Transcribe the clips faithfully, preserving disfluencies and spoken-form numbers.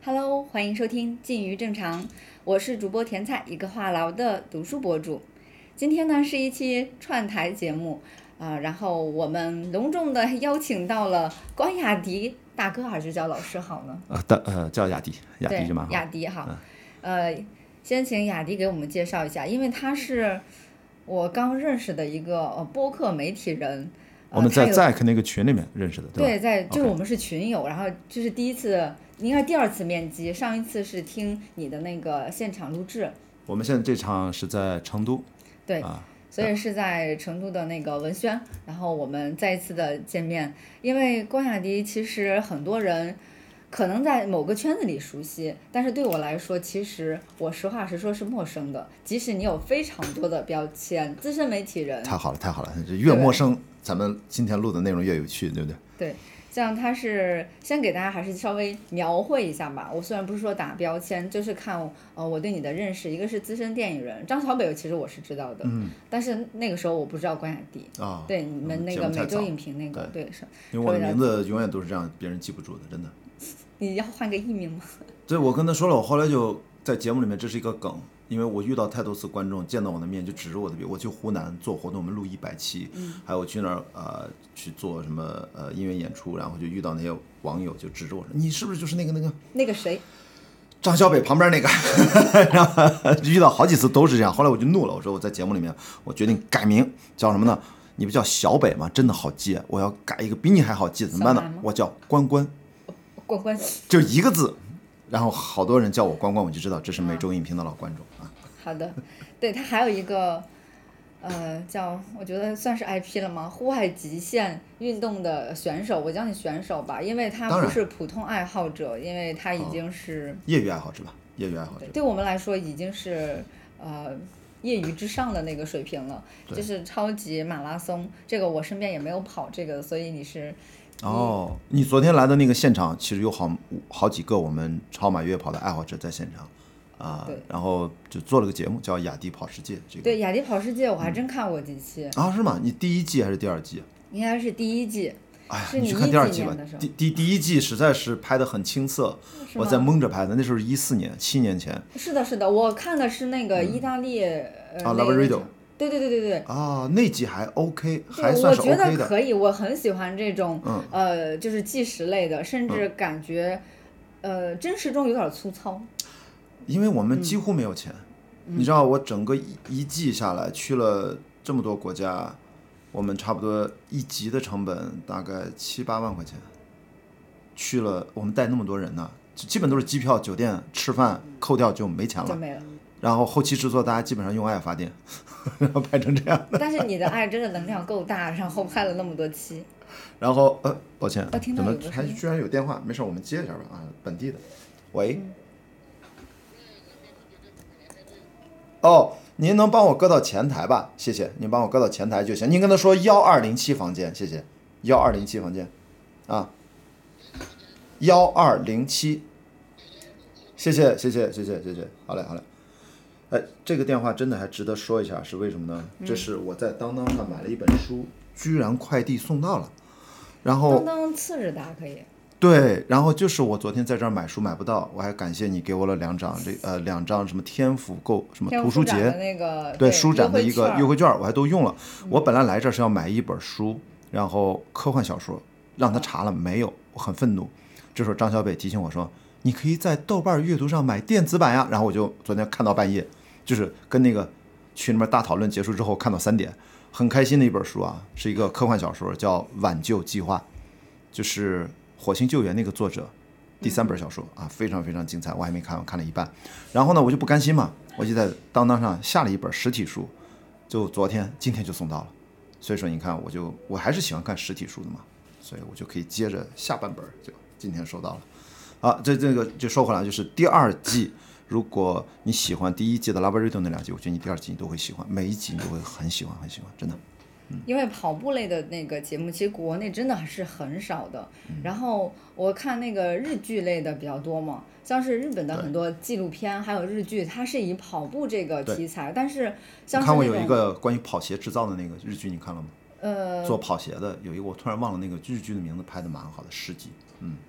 Hello，欢迎收听近于正常，我是主播甜菜，一个话痨的读书博主。今天呢是一期串台节目啊、呃，然后我们隆重的邀请到了关雅迪大哥，还是叫老师好呢？ 呃，的呃叫雅迪，雅迪就蛮好。 雅迪哈， 嗯、 呃，先请雅迪给我们介绍一下，因为他是我刚认识的一个呃播客媒体人。 我们在 Zack 那个群里面认识的，对吧？ 对，在就是我们是群友， okay. 然后这是第一次，应该第二次面基，上一次是听你的那个现场录制。 我们现在这场是在成都， 对， 啊、 所以是在成都的那个文轩，然后我们再一次的见面。因为关雅迪其实很多人可能在某个圈子里熟悉，但是对我来说，其实我实话实说是陌生的。即使你有非常多的标签，资深媒体人， 太好了，太好了，越陌生，咱们今天录的内容越有趣，对不对？ 对，像他是先给大家还是稍微描绘一下吧。我虽然不是说打标签，就是看呃我对你的认识，一个是资深电影人张小北，其实我是知道的， 嗯， 但是那个时候我不知道关雅迪啊， 对你们那个每周影评那个，对， 对是，因为我的名字永远都是这样，别人记不住的，真的。 你要换个艺名吗？ 对，我跟他说了，我后来就在节目里面，这是一个梗。因为我遇到太多次观众见到我的面就指着我的笔，我去湖南做活动，我们录一百期， 嗯， 还有去那儿呃去做什么呃音乐演出，然后就遇到那些网友就指着我说：“你是不是就是那个那个那个谁， 张小北旁边那个？”然后遇到好几次都是这样。后来我就怒了，我说我在节目里面我决定改名，叫什么呢？你不叫小北吗？真的好记，我要改一个比你还好记，怎么办呢？我叫关关， 关关就一个字。然后好多人叫我关关，我就知道这是每周影评的老观众啊。 好的，对，他还有一个，呃，叫我觉得算是 I P 了吗？户外极限运动的选手，我叫你选手吧，因为他不是普通爱好者，因为他已经是、 哦、业余爱好者吧，业余爱好者。 对，对我们来说已经是呃业余之上的那个水平了，就是超级马拉松，这个我身边也没有跑这个，所以你是。 哦，你昨天来的那个现场，其实有好好几个我们超马越野跑的爱好者在现场，啊、呃，然后就做了个节目叫《雅迪跑世界》。这个对，《雅迪跑世界》我还真看过几期、 嗯、啊，是吗？你第一季还是第二季？ 应该是第一季。 哎呀， 是你去看第二季吧。第第第一季实在是拍得很青涩，我在蒙着拍的，那时候是一四年，七年前。 是的，是的，我看的是那个意大利、嗯、呃啊 ，Lavaredo。 对对对对对啊，那集还 OK， 还算是 OK 的。 我觉得可以，我很喜欢这种、 嗯、 呃，就是纪实类的，甚至感觉、嗯、呃真实中有点粗糙。 因为我们几乎没有钱， 嗯、 你知道，我整个一一季下来去了这么多国家，我们差不多一集的成本大概七八万块钱，去了我们带那么多人呢，基本都是机票、酒店、吃饭扣掉就没钱了， 就没了。 然后后期制作大家基本上用爱发电，然后拍成这样的。 但是你的爱真的能量够大，然后拍了那么多期。 然后呃，抱歉， 怎么还居然有电话？没事，我们接一下吧啊，本地的。喂。嗯、哦，您能帮我搁到前台吧？谢谢，您帮我搁到前台就行。您跟他说幺二零七房间，谢谢。幺二零七房间，啊，幺二零七。谢谢，谢谢，谢谢，谢谢。好嘞，好嘞。哎，这个电话真的还值得说一下，是为什么呢？ 嗯、 这是我在当当上买了一本书，居然快递送到了。然后当当次日达可以。 对，然后就是我昨天在这儿买书买不到，我还感谢你给我了两张这呃两张什么天府购什么图书节那个对书展的一个优惠券，我还都用了。嗯、我本来来这儿是要买一本书，然后科幻小说，让他查了没有，我很愤怒。这时候张小北提醒我说，你可以在豆瓣阅读上买电子版呀。然后我就昨天看到半夜，就是跟那个群里面大讨论结束之后看到三点，很开心的一本书啊，是一个科幻小说，叫《挽救计划》，就是火星救援那个作者第三本小说啊，非常非常精彩，我还没看，我看了一半。然后呢，我就不甘心嘛，我就在当当上下了一本实体书，就昨天今天就送到了。所以说你看，我就我还是喜欢看实体书的嘛，所以我就可以接着下半本就今天收到了。好，这这个就说回来，就是第二季，如果你喜欢第一季的 Lavaredo 那两集，我觉得你第二季你都会喜欢，每一集你都会很喜欢很喜欢，真的。 因为跑步类的那个节目其实国内真的还是很少的、嗯、然后我看那个日剧类的比较多嘛，像是日本的很多纪录片还有日剧，它是以跑步这个题材，但是像是你看过有一个关于跑鞋制造的那个日剧，你看了吗？ 呃， 做跑鞋的有一个我突然忘了那个日剧的名字，拍的蛮好的，十集。嗯，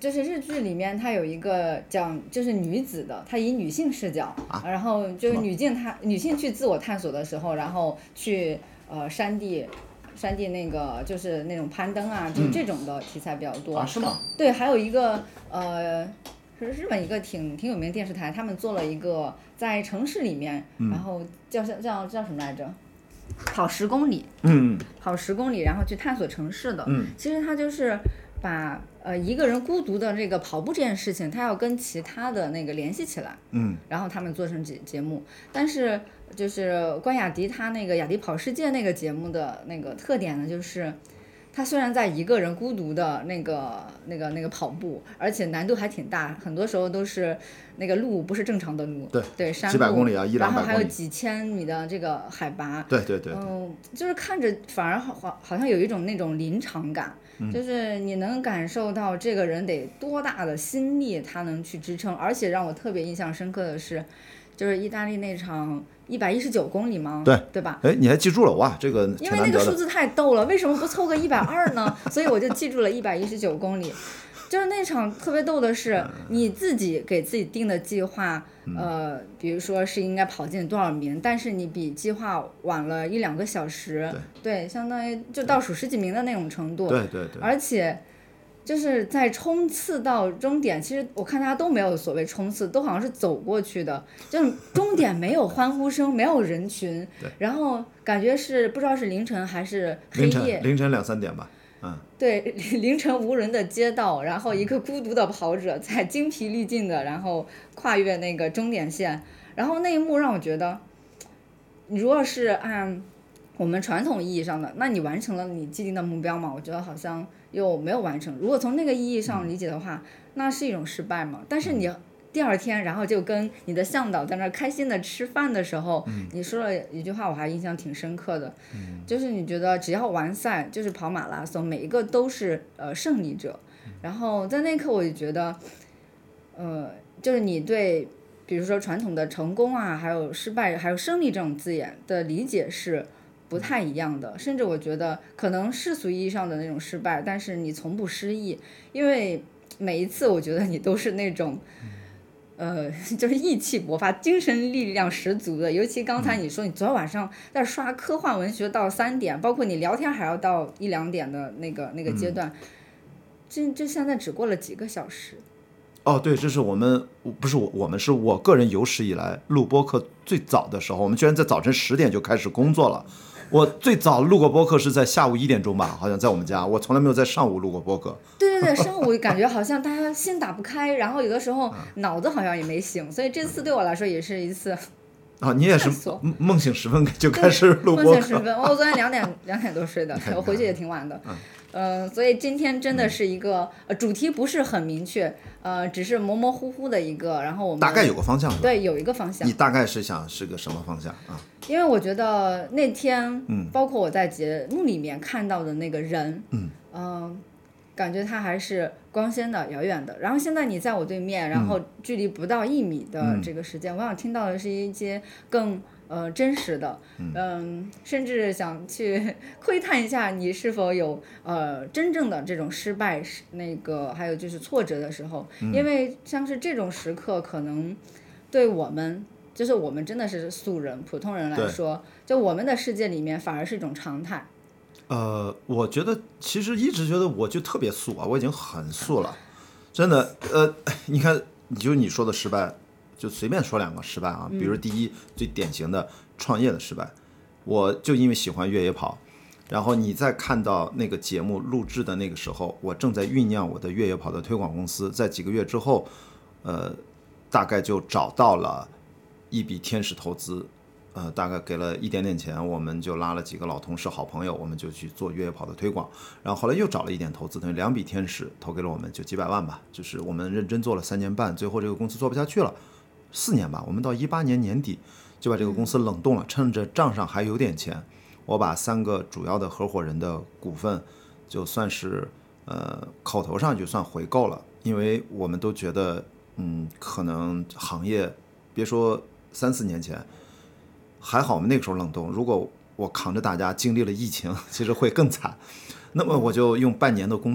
就是日剧里面它有一个讲就是女子的，它以女性视角， 啊、 然后就是女性她女性去自我探索的时候，然后去呃山地。山地那个就是那种攀登啊，就这种的题材比较多。 啊，是吗？ 对，还有一个呃，是日本一个挺挺有名的电视台，他们做了一个在城市里面， 嗯、 然后叫叫叫叫什么来着？跑十公里。 嗯， 跑十公里，然后去探索城市的。 嗯， 其实他就是把呃一个人孤独的这个跑步这件事情，他要跟其他的那个联系起来。 嗯， 然后他们做成节节目，但是就是关雅迪他那个雅迪跑世界那个节目的那个特点呢，就是他虽然在一个人孤独的那个那个那个跑步，而且难度还挺大，很多时候都是那个路不是正常的路， 对对，山路几百公里啊，一两百公里， 然后还有几千米的这个海拔， 对对 对, 对， 嗯，就是看着反而好好好像有一种那种临场感。 嗯、 就是你能感受到这个人得多大的心力，他能去支撑。而且让我特别印象深刻的是，就是意大利那场一百一十九公里嘛， 对对吧？ 哎，你还记住了哇，这个因为那个数字太逗了，为什么不凑个一百二呢？所以我就记住了一百一十九公里。就是那场特别逗的是，你自己给自己定的计划，呃，比如说是应该跑进多少名，但是你比计划晚了一两个小时，对，相当于就倒数十几名的那种程度， 对对对， 而且就是在冲刺到终点，其实我看大家都没有所谓冲刺，都好像是走过去的，就是终点没有欢呼声，没有人群，然后感觉是不知道是凌晨还是黑夜， 凌晨凌晨两三点吧。嗯， 对，凌晨无人的街道，然后一个孤独的跑者在精疲力尽的，然后跨越那个终点线，然后那一幕让我觉得，你如果是按我们传统意义上的，那你完成了你既定的目标嘛？我觉得好像又没有完成。如果从那个意义上理解的话，那是一种失败嘛？但是你第二天，然后就跟你的向导在那开心的吃饭的时候， 嗯、 你说了一句话，我还印象挺深刻的， 嗯、 就是你觉得只要完赛，就是跑马拉松，每一个都是呃胜利者。然后在那一刻，我就觉得，呃，就是你对，比如说传统的成功啊，还有失败，还有胜利这种字眼的理解是不太一样的。甚至我觉得，可能世俗意义上的那种失败，但是你从不失意，因为每一次我觉得你都是那种。呃，就是意气勃发、精神力量十足的。尤其刚才你说你昨天晚上在刷科幻文学到三点，包括你聊天还要到一两点的那个那个阶段，嗯、这这现在只过了几个小时。 哦，对，这是我们不是我我们是我个人有史以来录播客最早的时候，我们居然在早晨十点就开始工作了。我最早录过播客是在下午一点钟吧，好像在我们家，我从来没有在上午录过播客。 对对对，上午感觉好像大家心打不开，然后有的时候脑子好像也没醒，所以这次对我来说也是一次。 啊，你也是梦醒时分就开始录播客。 梦醒时分，我昨天两点两点多睡的，我回去也挺晚的。嗯。呃，所以今天真的是一个、嗯、呃主题不是很明确，呃，只是模模糊糊的一个，然后我们大概有个方向， 对，有一个方向。 你大概是想是个什么方向啊？ 因为我觉得那天， 嗯， 包括我在节目里面看到的那个人， 嗯， 呃，感觉他还是光鲜的、遥远的。然后现在你在我对面，然后距离不到一米的这个时间，嗯、我想听到的是一些更。呃，真实的，嗯、呃，甚至想去窥探一下你是否有呃真正的这种失败，那个还有就是挫折的时候， 嗯、 因为像是这种时刻，可能对我们，就是我们真的是素人、普通人来说，就我们的世界里面反而是一种常态。 呃，我觉得其实一直觉得我就特别素啊，我已经很素了，真的。呃，你看，就你说的失败。就随便说两个失败啊，比如第一、嗯、最典型的创业的失败，我就因为喜欢越野跑，然后你在看到那个节目录制的那个时候，我正在酝酿我的越野跑的推广公司，在几个月之后，呃，大概就找到了一笔天使投资，呃，大概给了一点点钱，我们就拉了几个老同事、好朋友，我们就去做越野跑的推广，然后后来又找了一点投资，等于两笔天使投给了我们，就几百万吧，就是我们认真做了三年半，最后这个公司做不下去了。四年吧，我们到一八年年底就把这个公司冷冻了，趁着账上还有点钱，我把三个主要的合伙人的股份就算是呃口头上就算回购了，因为我们都觉得嗯可能行业别说三四年前，还好我们那个时候冷冻，如果我扛着大家经历了疫情，其实会更惨。那么我就用半年的工资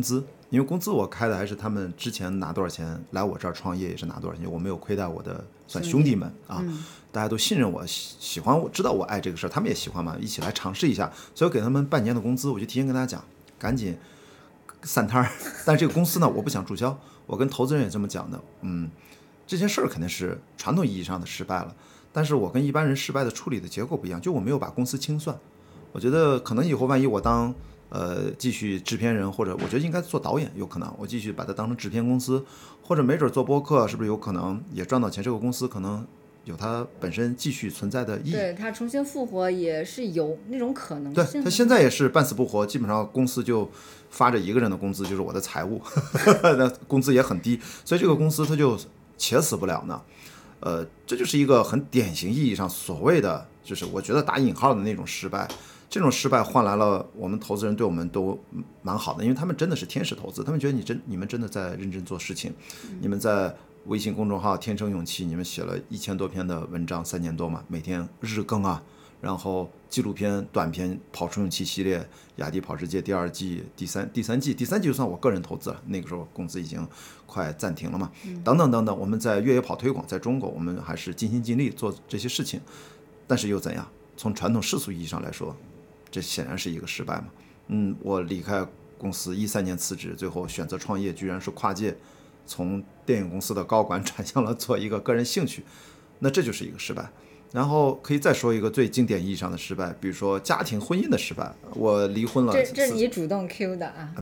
因为工资我开的还是他们之前拿多少钱来我这儿创业也是拿多少钱，我没有亏待我的算兄弟们啊， 嗯、 大家都信任我，喜欢我，知道我爱这个事儿，他们也喜欢嘛，一起来尝试一下，所以我给他们半年的工资，我就提前跟大家讲，赶紧散摊儿。但这个公司呢，我不想注销，我跟投资人也这么讲的，嗯，这件事儿肯定是传统意义上的失败了，但是我跟一般人失败的处理的结果不一样，就我没有把公司清算，我觉得可能以后万一我当呃继续制片人，或者我觉得应该做导演，有可能我继续把它当成制片公司，或者没准做播客，是不是有可能也赚到钱？这个公司可能有它本身继续存在的意义， 对它重新复活也是有那种可能性。 对，它现在也是半死不活，基本上公司就发着一个人的工资，就是我的财务，那工资也很低，所以这个公司它就且死不了呢。呃，这就是一个很典型意义上所谓的，就是我觉得打引号的那种失败。这种失败换来了我们投资人对我们都蛮好的，因为他们真的是天使投资，他们觉得你真你们真的在认真做事情，嗯、你们在微信公众号天生勇气，你们写了一千多篇的文章，三年多嘛，每天日更啊，然后纪录片、短片、跑出勇气系列、雅迪跑世界第二季、第三第三季、第三季就算我个人投资了，那个时候公司已经快暂停了嘛，嗯、等等等等，我们在越野跑推广，在中国我们还是尽心尽力做这些事情，但是又怎样？从传统世俗意义上来说，这显然是一个失败嘛。嗯，我离开公司一三年辞职，最后选择创业，居然是跨界，从电影公司的高管转向了做一个个人兴趣，那这就是一个失败。然后可以再说一个最经典意义上的失败，比如说家庭婚姻的失败。我离婚了， 这这是你主动 Q 的啊？